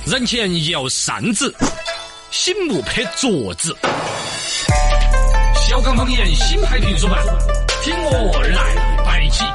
人前摇扇子，醒目拍桌子。小刚方言新派评书版，听我来摆起。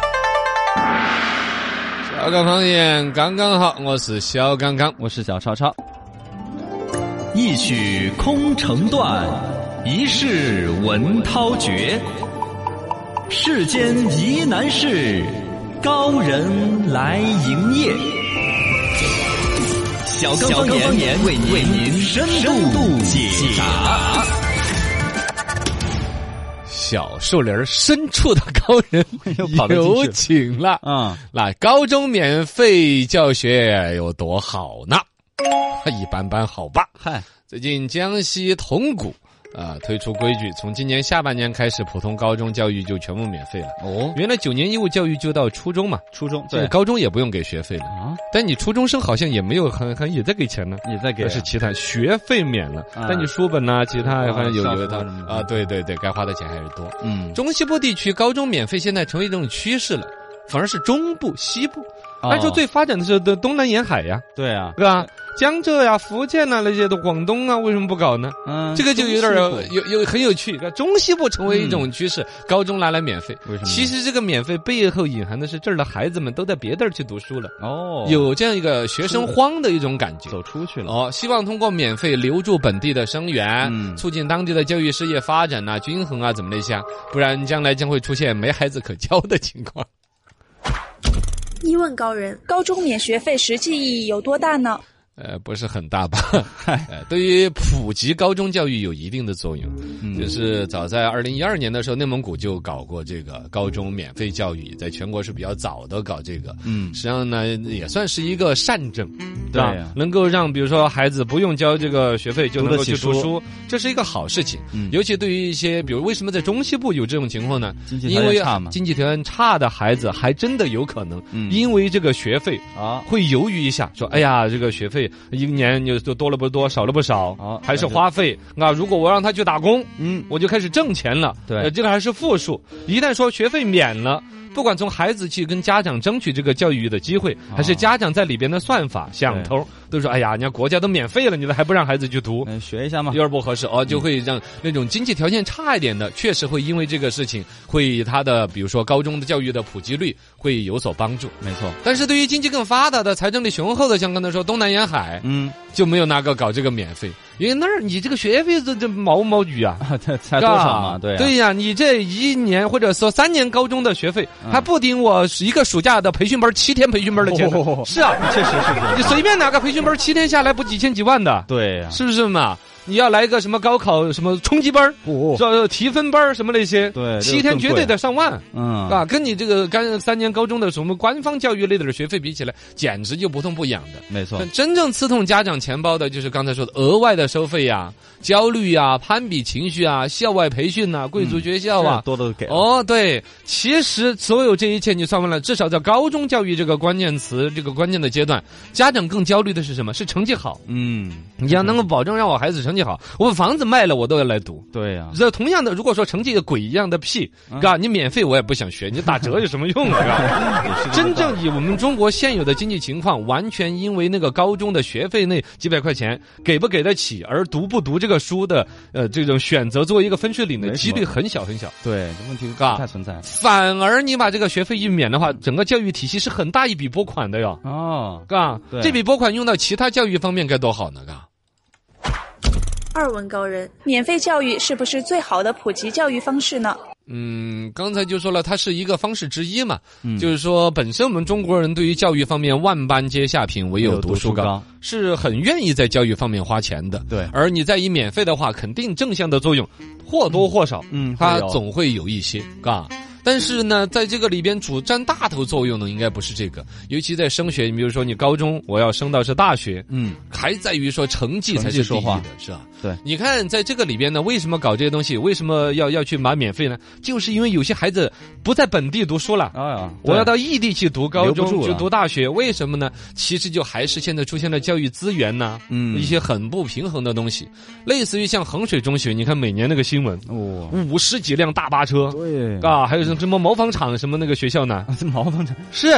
小刚方言刚刚好，我是小刚刚， 我是小超超。一曲空城断，一世文涛绝。世间疑难事，高人来营业。小刚方言为您深度解答。 小树林深处的高人有请了。那高中免费教学有多好呢？一般般好吧。最近江西铜鼓推出规矩，从今年下半年开始，普通高中教育就全部免费了。原来9年义务教育就到初中嘛， 初中对， 高中也不用给学费了啊。但你初中生好像也没有也在给钱呢， 也在给， 但是其他学费免了，但你书本其他反正有的对，该花的钱还是多。中西部地区高中免费现在成为一种趋势了，反而是中部、西部。按说最发展的是东南沿海呀， 对啊， 是吧？江浙呀、福建那些的广东为什么不搞呢？这个就有点很有趣。中西部成为一种趋势，高中拿来免费。为什么？其实这个免费背后隐含的是这儿的孩子们都在别地儿去读书了。有这样一个学生荒的一种感觉， 走出去了。 希望通过免费留住本地的生源，促进当地的教育事业发展均衡怎么那些，不然将来将会出现没孩子可教的情况。 一问高人，高中免学费实际意义有多大呢？ 不是很大吧？对于普及高中教育有一定的作用。就是早在2012年的时候，内蒙古就搞过这个高中免费教育，在全国是比较早的搞这个。实际上呢，也算是一个善政，对吧？能够让比如说孩子不用交这个学费就能够去读书，这是一个好事情。尤其对于一些，比如为什么在中西部有这种情况呢？因为经济条件差的孩子还真的有可能因为这个学费会犹豫一下，说哎呀，这个学费一年就多了不多，少了不少，还是花费。如果我让他去打工，我就开始挣钱了。对，这个还是负数。一旦说学费免了，不管从孩子去跟家长争取这个教育的机会，还是家长在里边的算法想头，都说哎呀，人家国家都免费了，你还不让孩子去读， 学一下嘛， 有点不合适就会让那种经济条件差一点的，确实会因为这个事情，会他的比如说高中的教育的普及率会有所帮助。没错。但是对于经济更发达的、财政力雄厚的，像刚才说东南沿海，就没有哪个搞这个免费，因为那儿你这个学费这毛雨才多少嘛？ 对呀，你这1年或者说3年高中的学费，还不顶我一个暑假的培训班7天培训班的钱。是啊， 确实是这样。 你随便哪个培训班7天下来不几千几万的？对呀，是不是嘛？你要来个什么高考什么冲击班提分班什么那些，对，7天绝对得上万。跟你这个3年高中的什么官方教育类的学费比起来，简直就不痛不痒的。没错，真正刺痛家长钱包的就是刚才说的额外的收费焦虑攀比情绪校外培训贵族学校多都给。 对，其实所有这一切你算完了，至少在高中教育这个关键词这个关键的阶段，家长更焦虑的是什么？是成绩好。你要能够保证让我孩子成绩好，我房子卖了我都要来读。对呀，这同样的，如果说成绩鬼一样的屁，你免费我也不想学，你打折有什么用真正以我们中国现有的经济情况，完全因为那个高中的学费那几百块钱给不给得起，而读不读这个书的这种选择作为一个分水岭的几率很小很小。对，这问题不太存在。反而你把这个学费一免的话，整个教育体系是很大一笔拨款的哟。这笔拨款用到其他教育方面该多好呢？ 二问高人，免费教育是不是最好的普及教育方式呢？ 刚才就说了，它是一个方式之一嘛。就是说本身我们中国人对于教育方面万般皆下品，唯有读书高，是很愿意在教育方面花钱的。对，而你再以免费的话，肯定正向的作用或多或少，它总会有一些，但是呢，在这个里边主占大头作用的应该不是这个，尤其在升学，你比如说你高中我要升到是大学，还在于说成绩才是第一的，是吧？对，你看在这个里边呢，为什么搞这些东西？为什么要去买免费呢？就是因为有些孩子不在本地读书了，我要到异地去读高中去读大学，为什么呢？其实就还是现在出现了教育资源一些很不平衡的东西，类似于像衡水中学，你看每年那个新闻，50几辆大巴车，对，还有什么毛纺厂什么那个学校呢？毛纺厂是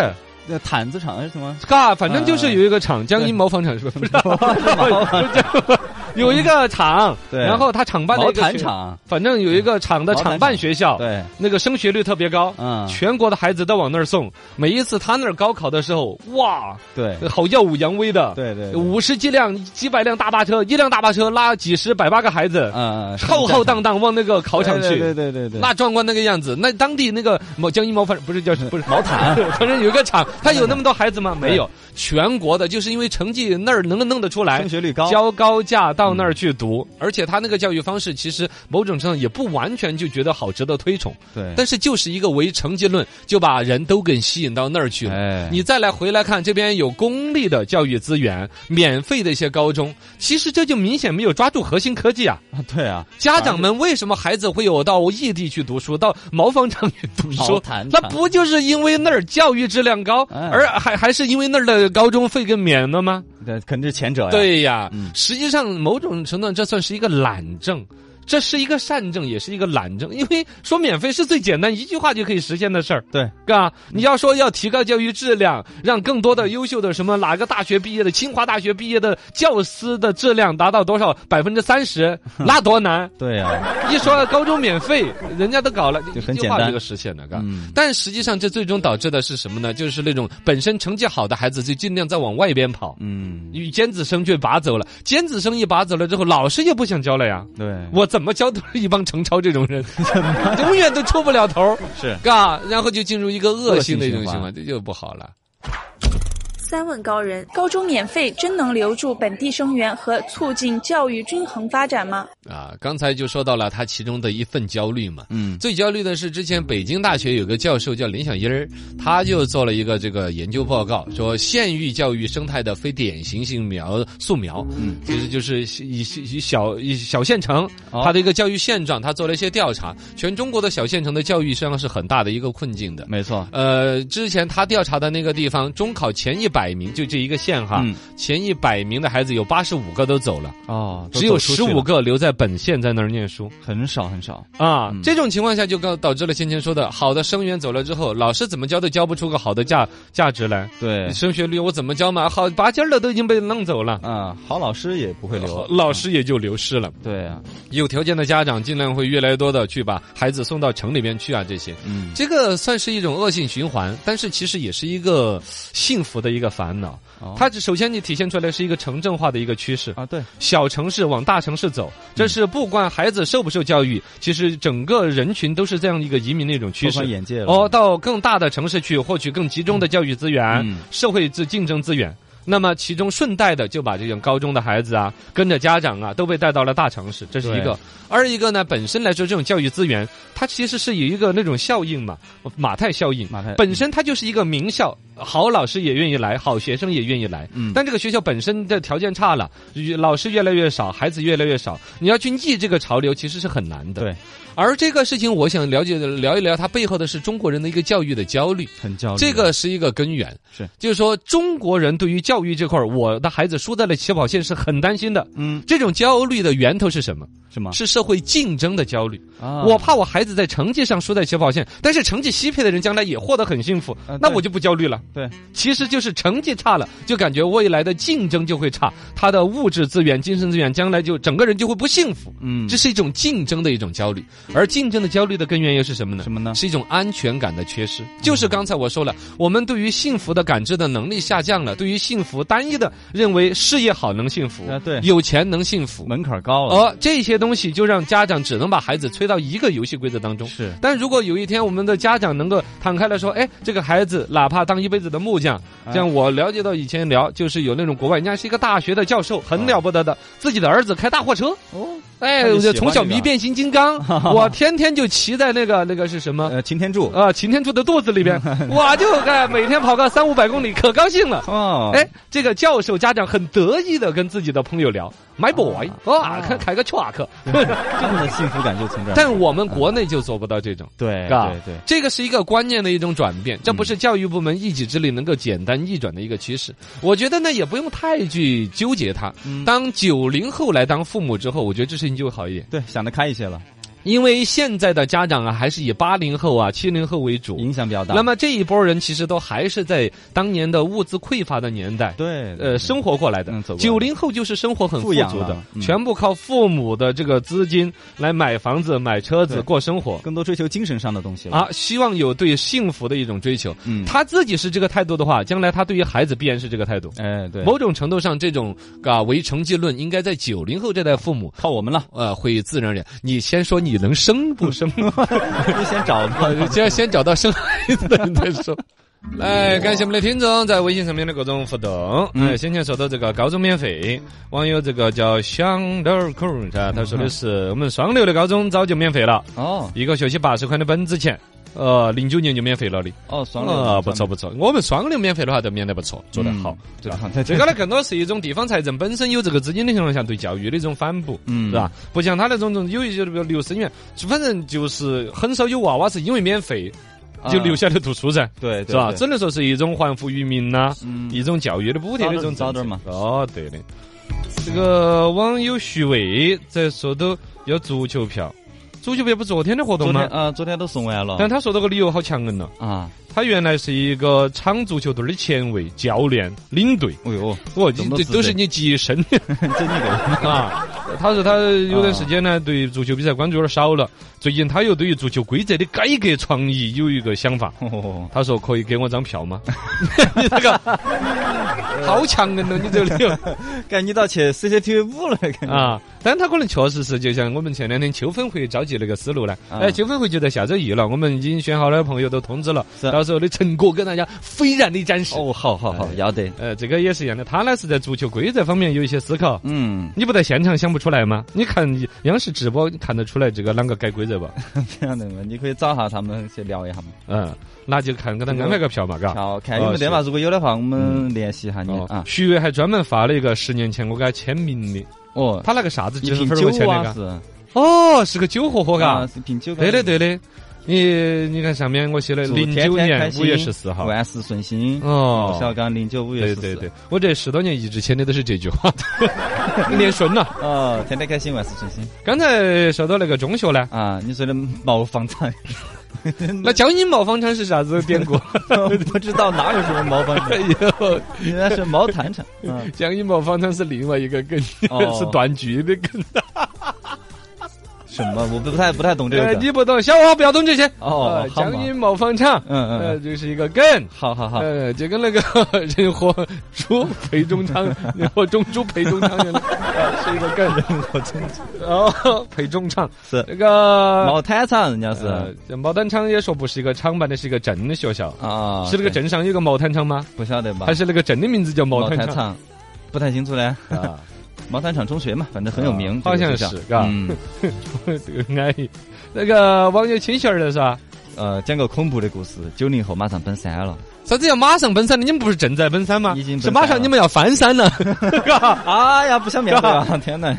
那毯子厂还是什么？ 嘎，反正就是有一个厂，江阴毛纺厂是吧？不是，有一个厂， 对， 然后他厂办的一个毛毯厂， 反正有一个厂的厂办学校， 对， 那个升学率特别高，全国的孩子都往那儿送。每一次他那儿高考的时候，哇， 对， 好耀武扬威的， 对 50几百辆大巴车，一辆大巴车拉几十百把个孩子，浩浩荡荡往那个考场去， 对， 那壮观那个样子。那当地那个江阴毛纺不是毛毯， 反正有一个厂，他有那么多孩子吗？没有，全国的，就是因为成绩那儿能弄得出来， 升学率高， 交高价到那儿去读，而且他那个教育方式其实某种程度也不完全就觉得好，值得推崇。 对， 但是就是一个唯成绩论，就把人都给吸引到那儿去了。你再来回来看这边有公立的教育资源，免费的一些高中，其实这就明显没有抓住核心科技啊。 对啊， 家长们为什么孩子会有到异地去读书，到毛纺厂去读书？那不就是因为那儿教育质量高，而还是因为那儿的高中费给免了吗？ 对，肯定是前者呀。 对呀，实际上某种程度上这算是一个懒政。这是一个善政，也是一个懒政，因为说免费是最简单，一句话就可以实现的事儿。对，嘎，你要说要提高教育质量，让更多的优秀的什么哪个大学毕业的，清华大学毕业的教师的质量达到多少30%，那多难？对呀，一说高中免费，人家都搞了，就很简单，这个实现了，嘎。但实际上这最终导致的是什么呢？就是那种本身成绩好的孩子就尽量再往外边跑，与尖子生就拔走了，尖子生一拔走了之后，老师也不想教了呀。对，我怎么教都是一帮程超这种人，永远都出不了头，是嘎，然后就进入一个恶性的一种循环，这就不好了。 3问高人：高中免费真能留住本地生源和促进教育均衡发展吗？ 刚才就说到了他其中的一份焦虑嘛。最焦虑的是之前北京大学有个教授叫林小英儿，他就做了一个这个研究报告，说县域教育生态的非典型性素描，其实就是以小县城它的一个教育现状，他做了一些调查，全中国的小县城的教育实际上是很大的一个困境的。没错，之前他调查的那个地方，中考前100名，就这一个县哈，前100名的孩子有85个都走了，只有15个留在本县在那儿念书，很少啊。这种情况下就导致了先前说的，好的生源走了之后，老师怎么教都教不出个好的价值来。对，升学率我怎么教嘛？好拔尖的都已经被弄走了好老师也不会留，老师也就流失了。对啊，有条件的家长尽量会越来越多的去把孩子送到城里边去啊，这些，这个算是一种恶性循环，但是其实也是一个幸福的一个烦恼。它首先你体现出来是一个城镇化的一个趋势啊，对，小城市往大城市走，这是不管孩子受不受教育，其实整个人群都是这样一个移民的一种趋势。眼界了到更大的城市去获取更集中的教育资源，社会竞争资源。那么其中顺带的就把这种高中的孩子啊，跟着家长啊，都被带到了大城市，这是一个。而一个呢，本身来说这种教育资源，它其实是有一个那种效应嘛，马太效应。本身它就是一个名校，好老师也愿意来，好学生也愿意来。但这个学校本身的条件差了，老师越来越少，孩子越来越少，你要去逆这个潮流，其实是很难的。对。而这个事情，我想聊一聊，它背后的是中国人的一个教育的焦虑，很焦虑。这个是一个根源，就是说中国人对于教育这块，我的孩子输在了起跑线是很担心的。这种焦虑的源头是什么？是社会竞争的焦虑。我怕我孩子在成绩上输在起跑线，但是成绩稀配的人将来也获得很幸福，那我就不焦虑了。对，其实就是成绩差了，就感觉未来的竞争就会差，他的物质资源、精神资源将来就整个人就会不幸福。这是一种竞争的一种焦虑。而竞争的焦虑的根源又是什么呢？是一种安全感的缺失。就是刚才我说了，我们对于幸福的感知的能力下降了，对于幸福单一的认为事业好能幸福，对，有钱能幸福，门槛高了。这些东西就让家长只能把孩子催到一个游戏规则当中。是，但如果有一天我们的家长能够摊开来说，这个孩子哪怕当一辈子的木匠，像我了解到以前就是有那种国外人家是一个大学的教授，很了不得的，自己的儿子开大货车。从小迷变形金刚，我天天就骑在那个是什么？擎天柱擎天柱的肚子里边，我就每天跑个300-500公里，可高兴了。这个教授家长很得意的跟自己的朋友聊 ，My boy， 开个 truck， 这样的幸福感就从这儿。 但我们国内就做不到这种，对，这个是一个观念的一种转变，这不是教育部门一己之力能够简单逆转的一个趋势。我觉得呢，也不用太去纠结它。当90后来当父母之后，我觉得这事情就会好一点。 对，想得开一些了。 因为现在的家长啊，还是以80后啊、70后为主， 影响比较大。 那么这一波人其实都还是在当年的物资匮乏的年代， 对， 生活过来的。 走过来 90后就是生活很富足的， 富全部靠父母的这个资金来买房子、买车子、过生活， 更多追求精神上的东西了啊，希望有对幸福的一种追求。他自己是这个态度的话，将来他对于孩子必然是这个态度。 哎，对， 某种程度上，这种唯成绩论应该在90后这代父母靠我们了。 会自然人。你先说你能生不生？ 你先找到生孩子的人再说。来，感谢我们的听众在微信上面的各种互动。先前说到这个高中免费，网友这个叫响点口他说的是我们双流的高中早就免费了哦，一个学期80块的本子钱。09年就免费了的双流不错，我们双流免费的话都免得不错，做得好， 做得好。 这个呢更多是一种地方财政本身有这个资金的情况下对教育的一种反哺，是吧？不像他那种有一些留生源，反正就是很少有娃娃是因为免费就留下来读书噻， 对， 是吧？只能说是一种还富于民呐，一种教育的补贴的一种早点嘛。 对的。这个网友徐伟在说到要足球票。足球票不昨天的活动吗？ 昨天都送完了。 但他说这个理由好强硬了啊！他原来是一个场足球队的前卫教练、领队。 哎呦， 这都是你极深， 真那个啊！他说他有段时间呢，对足球比赛关注有点少了。最近他又对于足球规则的改革创意有一个想法。他说可以给我张票吗？你这个好强硬了，你这个理由， 赶紧到去世界体育舞了啊！但他可能确实是，就像我们前2天秋分会召集那个思路呢。秋分会就在下周1了，我们已经选好了，朋友都通知了，到时候的成果跟大家斐然的展示。 好，要得。 这个也是一样的，他呢是在足球规则方面有一些思考。你不在现场想不出来吗？你看央视直播看得出来这个啷个改规则吧？ 这样的嘛，你可以找下他们去聊一下嘛。 那就看给他安排个票嘛，嘎。 票看有没得嘛，如果有的话，我们联系一下你啊。 徐伟还专门发了一个10年前我给他签名的。他那个啥子 1瓶酒啊是？是个酒盒嘎。 是瓶酒。 对的。你看上面我写了09年5月14号， 万事顺心小刚09 5月14。 对，我这10多年一直签的都是这句话，念顺了。 天天开心，万事顺心。 刚才说到那个中学呢， 你说的毛纺厂。 那江阴毛纺厂是啥子典故？ 不知道哪有什么毛纺厂？原来是毛毯厂。 江阴毛纺厂是另外一个梗，是断句的梗。 什么？我不太懂这个。 你不懂，小娃不要懂这些。 江阴毛纺厂，这是一个梗。 好。 就跟那个人和猪配种厂，人和种猪配种厂是一个梗。 人和种猪配种厂是那个毛毯厂，人家是毛毯厂也说不是一个厂办的，是一个镇的学校啊。 是那个镇上有个毛毯厂吗？ 不晓得吧？ 还是那个镇的名字叫毛毯厂？ 不太清楚嘞。毛毯厂中学嘛，反正很有名， 好像是，嘎。这个安逸。那个网友清秀儿的是吧？ 讲个恐怖的故事，90后马上奔3了。 啥子叫马上奔3？你们不是正在奔3吗？ 已经是马上你们要翻山了。 哎呀，不想面对啊！天哪！ 你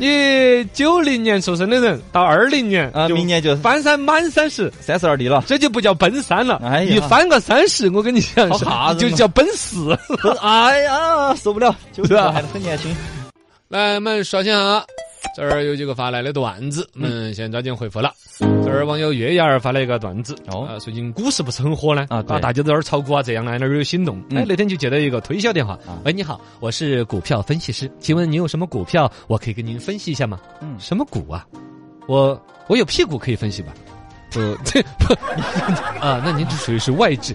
90年出生的人，到20年明年就翻山满30，32 地了， 这就不叫奔3了。 哎呀， 你翻个30，我跟你讲，就叫奔4。 哎呀，受不了，90后还很年轻。 来，我们刷新下，这儿有几个发来的段子，我们先抓紧回复了。这儿网友月牙儿发了一个段子，最近股市不是很火呢，大家都在那儿炒股啊，这样那儿有心动。那天就接到一个推销电话，喂，你好，我是股票分析师，请问您有什么股票我可以给您分析一下吗？什么股啊？我有屁股可以分析吧？这不那您这属于是外资。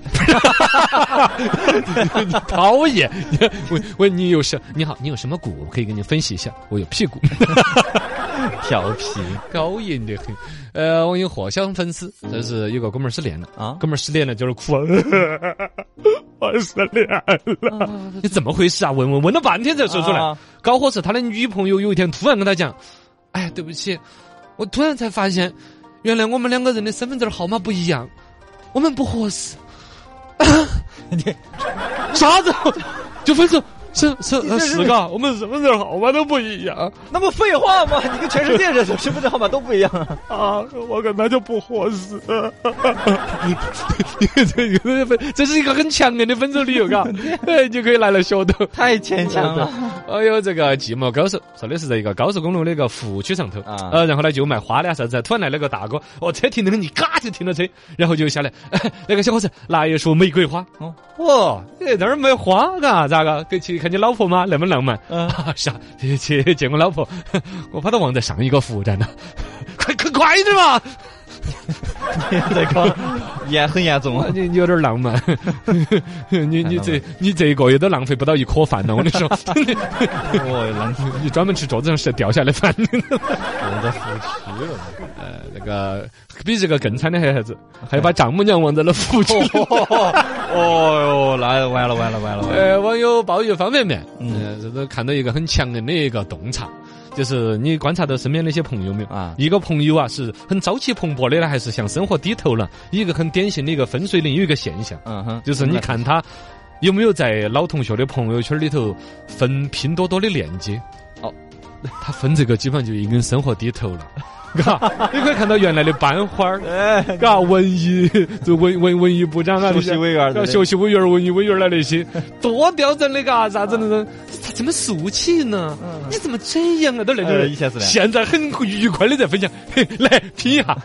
你讨厌！问你有什？你好，你有什么股？我可以给你分析一下。我有屁股。 调皮高音的很。我有火象粉丝，这是有个哥们儿失恋了啊，哥们儿失恋了就是哭。我失恋了，你怎么回事啊？问了半天才说出来。搞火是他的女朋友有一天突然跟他讲：“哎，对不起，我突然才发现。”原来我们2个人的身份证号码不一样，我们不合适。你啥子？就分手？ 是嘎，我们身份证号码都不一样那不废话吗？你跟全世界人身份证号码都不一样啊！我跟他就不合适。这是一个很强硬的分手理由，嘎，你就可以拿来噱头， 太牵强了。 哎呦，这个寂寞高手，说的是在一个高速公路的一个服务区上头然后呢就卖花的啥子，突然来了个大哥，车停得很，你嘎就停了车，然后就下来，那个小伙子拿一束玫瑰花，哇，这儿卖花嘎，咋个？去看你老婆吗？那么浪漫是啊，去见我老婆，我把她忘在上一个服务站了，快点嘛！ 这个很严重啊， 你有点浪漫，你这一个月都浪费不到一颗饭了，我跟你说，你专门吃桌子上是掉下来饭， 我在服务区了。 那个比这个更惨的还有啥子？还把丈母娘忘在了服务区。 哦哟，那完了。 网友鲍鱼方便面，这都看到一个很强硬的一个洞察。就是你观察到身边那些朋友没有啊？一个朋友啊是很朝气蓬勃的呢，还是向生活低头了？一个很典型的一个分水岭，有一个现象，就是你看他有没有在老同学的朋友圈里头分拼多多的链接？他分这个基本上就已经生活低头了。嘎，你可以看到原来的班花儿，嘎，文艺就文艺部长啊， 学习委员、 学习委员、文艺委员那些，多刁钻的嘎，啥子那种，他怎么俗气呢？你怎么这样啊？都那种，现在很愉快的在分享，来拼一下，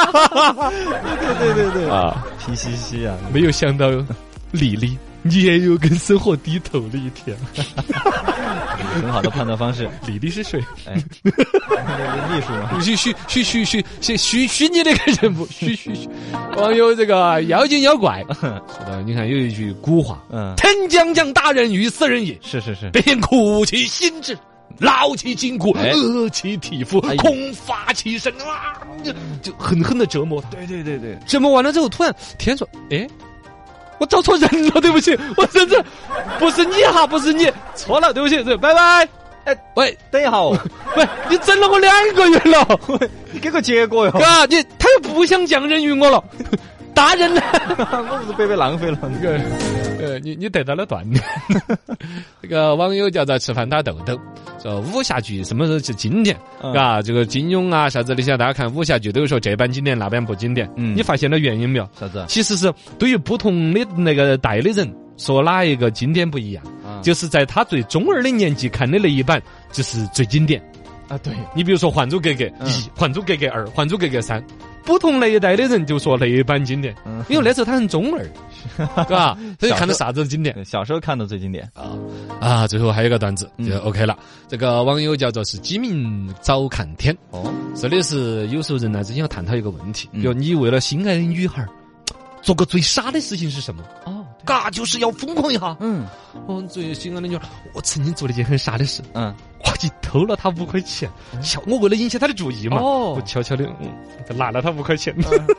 对啊，拼兮兮啊， 没有想到丽丽。你也有跟生活低头的一天， 很好的判断方式。 丽丽是谁？ 秘书吗？ 虚拟的个人物，虚。网友这个妖精妖怪说的，你看有一句古话，天将降大任于斯人也， 是， 便苦其心志，劳其筋骨，饿其体肤，空乏其身啊，就狠狠的折磨他。 对， 折磨完了之后，突然天说，我找错人了，对不起，我真的不是你哈，不是你，错了，对不起，拜拜。喂， 等一下喂，你整了我2个月了， 你给个结果哟。 他又不想降任于我了，大人呢？ 我不是被浪费了。 你得到了锻炼。这个网友叫做吃饭打豆豆，说武侠剧什么时候是经典？这个金庸啊啥子那些，大家看武侠剧都有说这版经典那版不经典。你发现了原因没有？ 啥子？ 其实是对于不同的那个代的人说哪一个经典不一样，就是在他最中二的年纪看的那一版就是最经典啊。对， 你比如说《还珠格格》1、《还珠格格2》《还珠格格3》。不同那一代的人就说那一版经典，因为那时候他很中二，是吧？所以看的啥子经典？ 小时候看的最经典最后还有一个段子就 OK 了。这个网友叫做是鸡鸣早看天，说的是有时候人呢之间要探讨一个问题，比如你为了心爱的女孩做个最傻的事情是什么？就是要疯狂一下。最心爱的女孩，我曾经做了一件很傻的事。我去偷了他5块钱，我为了引起他的注意嘛，我悄悄的拿了他5块钱。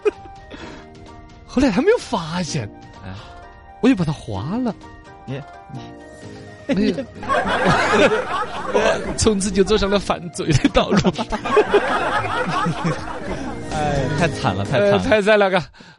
后来他没有发现，我就把它花了。从此就走上了犯罪的道路。 太惨了，太惨了。